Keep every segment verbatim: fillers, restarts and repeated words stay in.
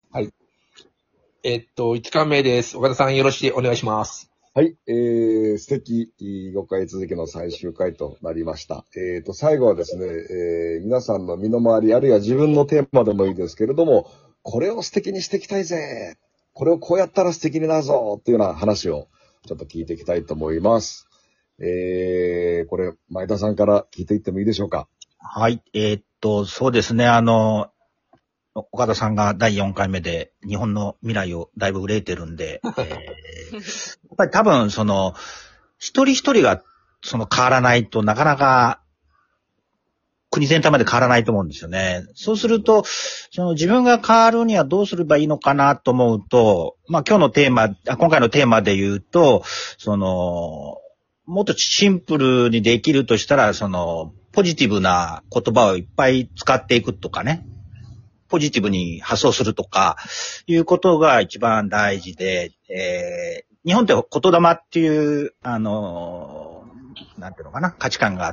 はい。えっと、いちかいめです。岡田さんよろしくお願いします。 はい、えー、素敵ごかい続きの最終回となりました。えーと、最後はですね、えー、皆さんの身の回り、あるいは自分のテーマでもいいですけれども、これを素敵にしていきたいぜ。これをこうやったら素敵になるぞっていうような話をちょっと聞いていきたいと思います。えー、これ、前田さんから聞いていってもいいでしょうか。 はい。えーっと、そうですね。あの、岡田さんがだいよんかいめで日本の未来をだいぶ憂えてるんで、えー、やっぱり多分その、一人一人がその変わらないとなかなか国全体まで変わらないと思うんですよね。そうすると、その自分が変わるにはどうすればいいのかなと思うと、まあ今日のテーマ、あ今回のテーマで言うと、その、もっとシンプルにできるとしたら、その、ポジティブな言葉をいっぱい使っていくとかね。ポジティブに発想するとか、いうことが一番大事で、えー、日本って言霊っていう、あの、なんていうのかな、価値観があって、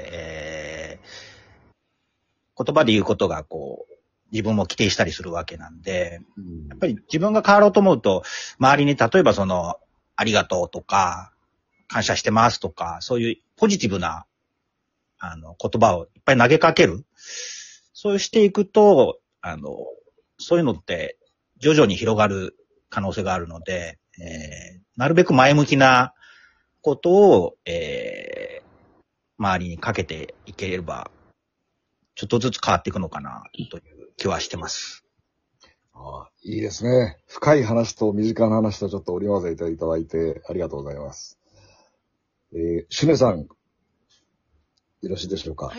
えー、言葉で言うことがこう、自分も規定したりするわけなんで、やっぱり自分が変わろうと思うと、周りに例えばその、ありがとうとか、感謝してますとか、そういうポジティブな、あの、言葉をいっぱい投げかける。そうしていくと、あの、そういうのって徐々に広がる可能性があるので、えー、なるべく前向きなことを、えー、周りにかけていければ、ちょっとずつ変わっていくのかな、という気はしてます。 ああ、いいですね。深い話と身近な話とちょっと織り交ぜていただいてありがとうございます。えー、シュネさん、よろしいでしょうか。 はい。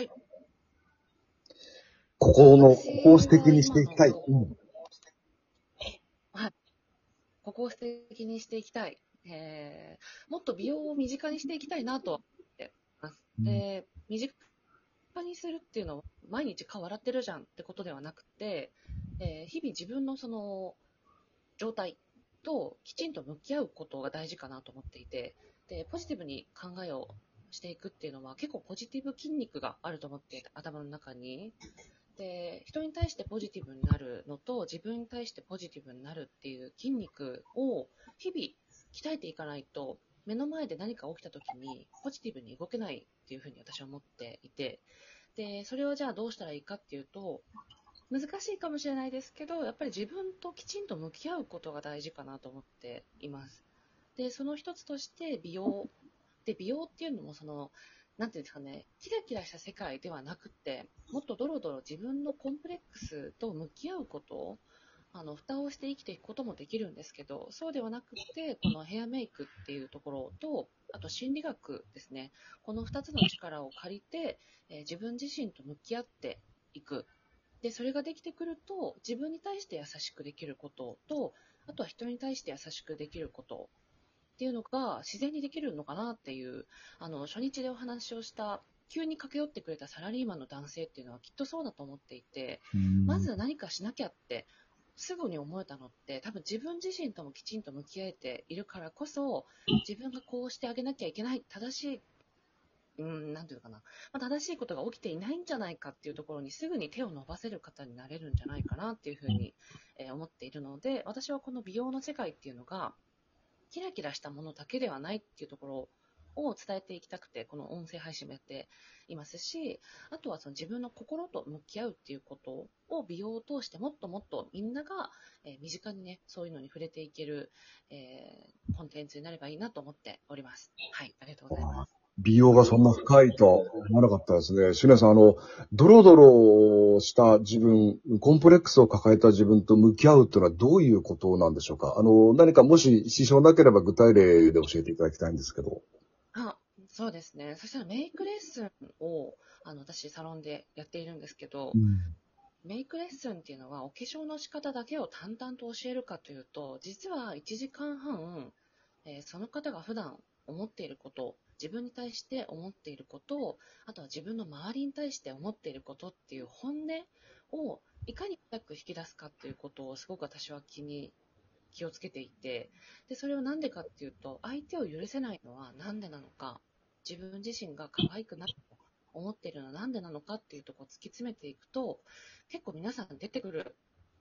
ここの、ここを素私は敵にしていきたい。 今の、 うん。 はい。ここを素敵にしていきたい。えー、もっと美容を身近にしていきたいなと思ってます。で、身近にするっていうのは、毎日顔洗ってるじゃんってことではなくて、えー、日々自分のその状態ときちんと向き合うことが大事かなと思っていて、で、ポジティブに考えをしていくっていうのは結構ポジティブ筋肉があると思っていて、頭の中に。で、人に対してポジティブになるのと、自分に対してポジティブになるっていう筋肉を日々鍛えていかないと、目の前で何か起きた時にポジティブに動けないっていうふうに私は思っていて、で、それをじゃあどうしたらいいかっていうと、難しいかもしれないですけど、やっぱり自分ときちんと向き合うことが大事かなと思っています。で、その一つとして美容。で、美容っていうのもその、なんていうんですかね、キラキラした世界ではなくて、もっとドロドロ自分のコンプレックスと向き合うことを、あの、蓋をして生きていくこともできるんですけど、そうではなくて、このヘアメイクっていうところと、あと心理学ですね。この二つの力を借りて、えー自分自身と向き合っていく。で、それができてくると、自分に対して優しくできることと、あとは人に対して優しくできることっていうのが自然にできるのかなっていう、あの、初日でお話をした、急に駆け寄ってくれたサラリーマンの男性っていうのはきっとそうだと思っていて、まず何かしなきゃってすぐに思えたのって、多分自分自身ともきちんと向き合えているからこそ、自分がこうしてあげなきゃいけない、正しい、うん、なんていうのかな、まあ、正しいことが起きていないんじゃないかっていうところにすぐに手を伸ばせる方になれるんじゃないかなっていうふうに、えー思っているので、私はこの美容の世界っていうのが、キラキラしたものだけではないっていうところを伝えていきたくて、この音声配信もやっていますし、あとはその自分の心と向き合うっていうことを美容を通してもっともっとみんなが、えー身近にね、そういうのに触れていける、えーコンテンツになればいいなと思っております。はい、ありがとうございます。 美容がそんな深いとは思わなかったですね。シュネさん、あの、ドロドロした自分、コンプレックスを抱えた自分と向き合うというのはどういうことなんでしょうか。あの、何かもし支障なければ具体例で教えていただきたいんですけど。 あ、そうですね。そしたらメイクレッスンを、あの、私サロンでやっているんですけど、 うん。 メイクレッスンっていうのはお化粧の仕方だけを淡々と教えるかというと、実はいちじかんはん、えーその方が普段思っていること、自分に対して思っていること、あとは自分の周りに対して思っていることっていう本音をいかに早く引き出すかっていうことをすごく私は気に気をつけていて、で、それはなんでかっていうと、相手を許せないのはなんでなのか、自分自身が可愛くないと思っているのはなんでなのかっていうところを突き詰めていくと、結構皆さん出てくる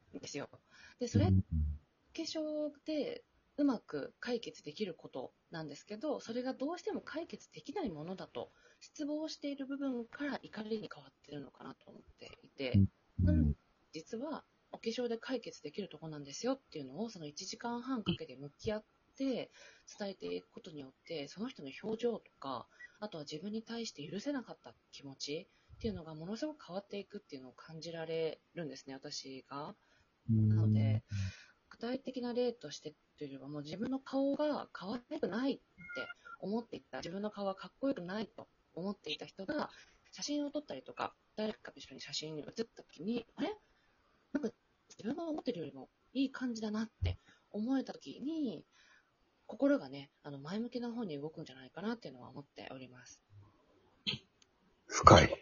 んですよ。で、それ、化粧でうまく解決できることなんですけど、それがどうしても解決できないものだと失望している部分から怒りに変わっているのかなと思っていて、うん、実はお化粧で解決できるところなんですよっていうのをそのいちじかんはんかけて向き合って伝えていくことによって、その人の表情とか、あとは自分に対して許せなかった気持ちっていうのがものすごく変わっていくっていうのを感じられるんですね、私が。なので、具体的な例としてというよりは、もう自分の顔が可愛くないって思っていた、自分の顔がかっこよくないと思っていた人が、写真を撮ったりとか、誰かと一緒に写真に写った時に、あれなんか自分が思ってるよりもいい感じだなって思えた時に、心がね、あの前向きな方に動くんじゃないかなっていうのは思っております。 深い。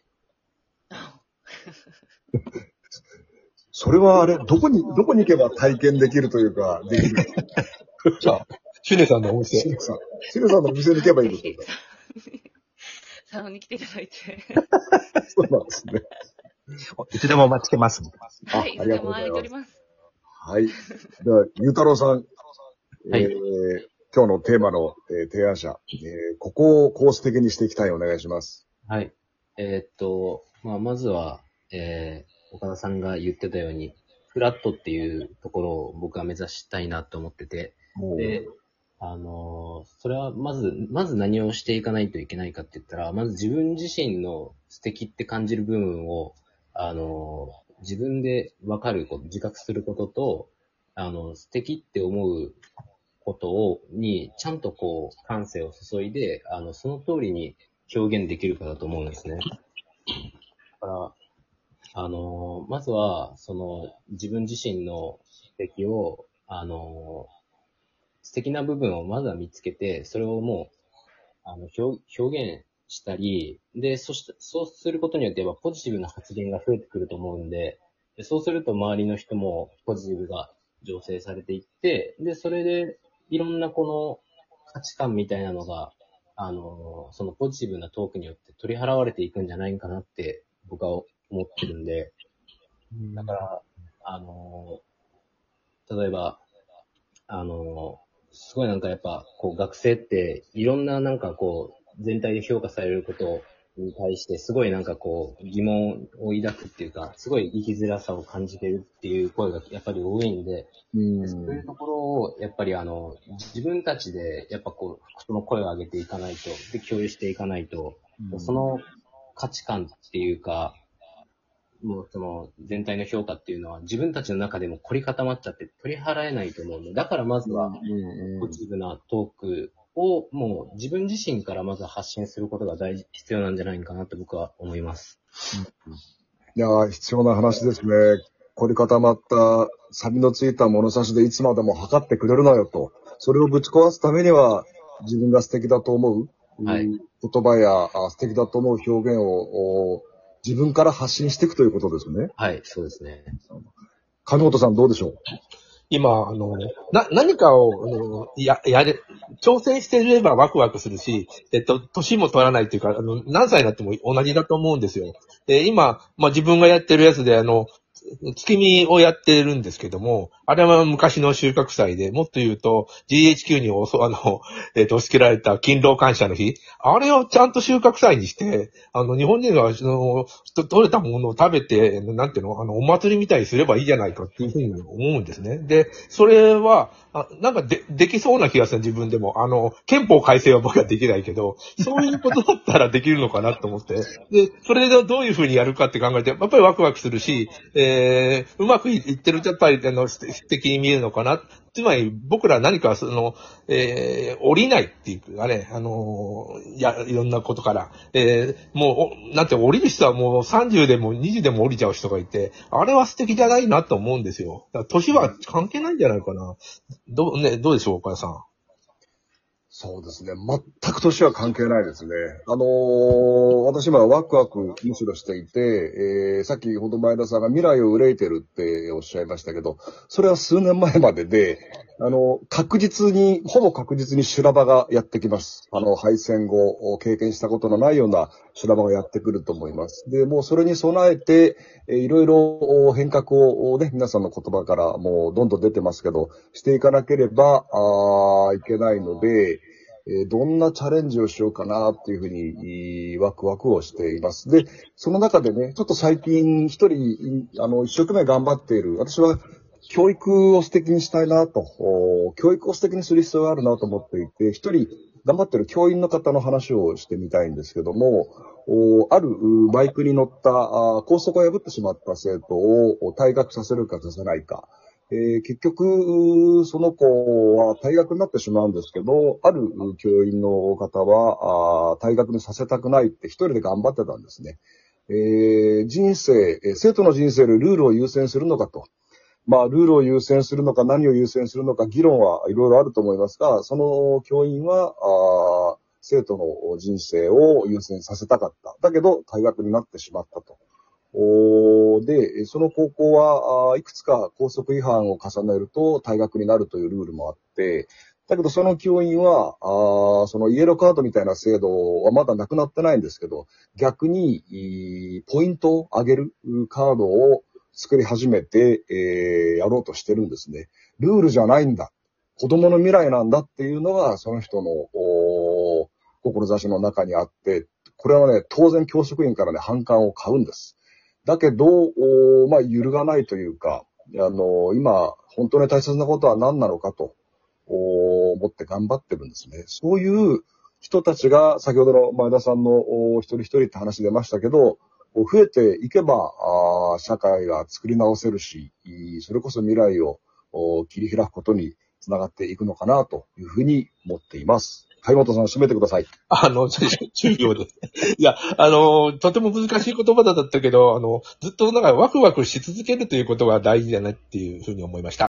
それはあれ、どこに、どこに行けば体験できるというか、できる。 じゃあ、シュネさんのお店。 シュネさん。シュネさんのお店に行けばいいですか？ サロンに来ていただいて。 そうなんですね。 いつでもお待ちしてます。 はい、いつでも空いております。 はい。では、ゆうたろうさん、はい、えー、今日のテーマの、えー、提案者、えー、ここをこう素敵にしていきたいお願いします。 はい。えー、っと、まあ、まずは、えー、岡田さんが言ってたように、フラットっていうところを僕は目指したいなと思ってて、で、あのー、それはまず、まず何をしていかないといけないかって言ったら、まず自分自身の素敵って感じる部分を、あのー、自分で分かること、自覚することと、あの、素敵って思うことを、に、ちゃんとこう、感性を注いで、あの、その通りに表現できるかだと思うんですね。だから、あの、まずは、その、自分自身の素敵を、あの、素敵な部分をまずは見つけて、それをもう、あの、表、表現したり、で、そして、そうすることによって、ポジティブな発言が増えてくると思うんで、でそうすると周りの人もポジティブが醸成されていって、で、それで、いろんなこの価値観みたいなのが、あの、そのポジティブなトークによって取り払われていくんじゃないかなって僕は思ってるんで、だから、あの、例えば、あの、すごいなんかやっぱ、こう学生っていろんななんかこう、全体で評価されることに対してすごいなんかこう、疑問を抱くっていうか、すごい生きづらさを感じてるっていう声がやっぱり多いんで、うんそういうところをやっぱりあの、自分たちでやっぱこう、その声を上げていかないと、で共有していかないと、うん、その価値観っていうか、もうその全体の評価っていうのは自分たちの中でも凝り固まっちゃって取り払えないと思うので、だからまずはポジティブなトークをもう自分自身からまず発信することが大事、必要なんじゃないかなと僕は思います。 いやー、必要な話ですね。凝り固まった錆のついた物差しでいつまでも測ってくれるなよと。それをぶち壊すためには自分が素敵だと思う、はい、言葉や素敵だと思う表現を自分から発信していくということですね。 はい、そうですね。 金本さんどうでしょう？ 今、あの、な、何かを、あの、や、やれ、挑戦してればワクワクするし、えっと、年も取らないっていうか、あの、何歳になっても同じだと思うんですよ。で、今、まあ、自分がやってるやつで、あの、月見をやってるんですけども、あれは昔の収穫祭で、もっと言うと ジーエイチキュー におそ、あの、えっと、押し付けられた勤労感謝の日、あれをちゃんと収穫祭にして、あの、日本人が、あの、取れたものを食べて、なんていうの、あの、お祭りみたいにすればいいじゃないかっていうふうに思うんですね。で、それは、あなんかで、できそうな気がする、自分でも。あの、憲法改正は僕はできないけど、そういうことだったらできるのかなと思って。で、それでどういうふうにやるかって考えて、やっぱりワクワクするし、えー、うまくいってるとやっぱり、あの、素敵に見えるのかな。つまり、僕ら何かその、えー、降りないっていうかね、あのー、や、いろんなことから、えー、もう、なんて降りる人はもうさんじゅうでもにじゅうでも降りちゃう人がいて、あれは素敵じゃないなと思うんですよ。だから年は関係ないんじゃないかな。どう、ね、どうでしょう、岡田さん。 そうですね。全く年は関係ないですね。あのー、私今ワクワクむしろしていて、えー、さっきほど前田さんが未来を憂いてるっておっしゃいましたけど、それは数年前までで、あの、確実に、ほぼ確実に修羅場がやってきます。あの、敗戦後、経験したことのないような修羅場がやってくると思います。で、もうそれに備えて、えー、いろいろ変革をね、皆さんの言葉からもうどんどん出てますけど、していかなければ、あいけないので、えー、どんなチャレンジをしようかなっていうふうに、ワクワクをしています。で、その中でね、ちょっと最近一人、あの、一生懸命頑張っている、私は教育を素敵にしたいなと、教育を素敵にする必要があるなと思っていて、一人頑張っている教員の方の話をしてみたいんですけども、あるバイクに乗った高速を破ってしまった生徒を退学させるかさせないか。えー、結局、その子は退学になってしまうんですけど、ある教員の方は、あ退学にさせたくないって一人で頑張ってたんですね。えー、人生、生徒の人生でルールを優先するのかと。まあ、ルールを優先するのか何を優先するのか議論はいろいろあると思いますが、その教員は、あ生徒の人生を優先させたかった。だけど、退学になってしまったと。で、その高校はいくつか校則違反を重ねると退学になるというルールもあって、だけどその教員は、あそのイエローカードみたいな制度はまだなくなってないんですけど、逆にポイントを上げるカードを作り始めて、えー、やろうとしてるんですね。ルールじゃないんだ。子供の未来なんだっていうのがその人の志の中にあって、これはね、当然教職員からね、反感を買うんです。だけど、まあ、揺るがないというか、あの、今、本当に大切なことは何なのかと、思って頑張ってるんですね。そういう人たちが、先ほどの前田さんの一人一人って話出ましたけど、増えていけば、社会が作り直せるし、それこそ未来を切り開くことにつながっていくのかなというふうに思っています。海本さん、締めてください。 あの、じゅうびょうです。いや、あの、とても難しい言葉だったけど、あの、ずっとなんかワクワクし続けるということが大事だなっていうふうに思いました。